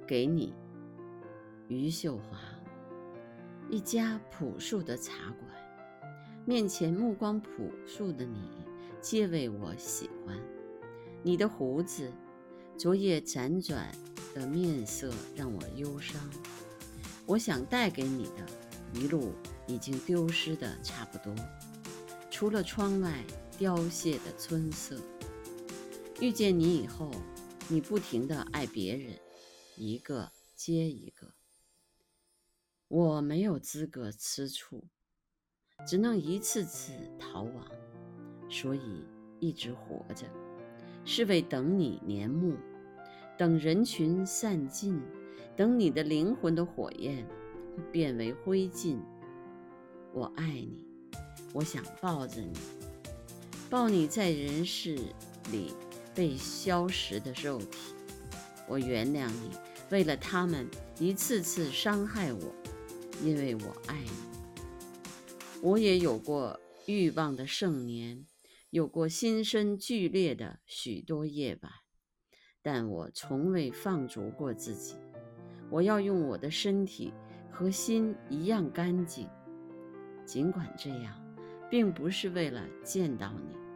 给你。余秀华。一家朴素的茶馆，面前目光朴素的你，皆为我喜欢。你的胡子，昨夜辗转的面色让我忧伤。我想带给你的，一路已经丢失的差不多，除了窗外凋谢的春色。遇见你以后，你不停地爱别人，一个接一个。我没有资格吃醋，只能一次次逃亡，所以一直活着，是为等你年暮，等人群散尽，等你的灵魂的火焰变为灰烬。我爱你，我想抱着你，抱你在人世里被消蚀的肉体。我原谅你，为了他们一次次伤害我，因为我爱你。我也有过欲望的盛年，有过心生剧烈的许多夜晚，但我从未放逐过自己。我要用我的身体和心一样干净。尽管这样，并不是为了见到你，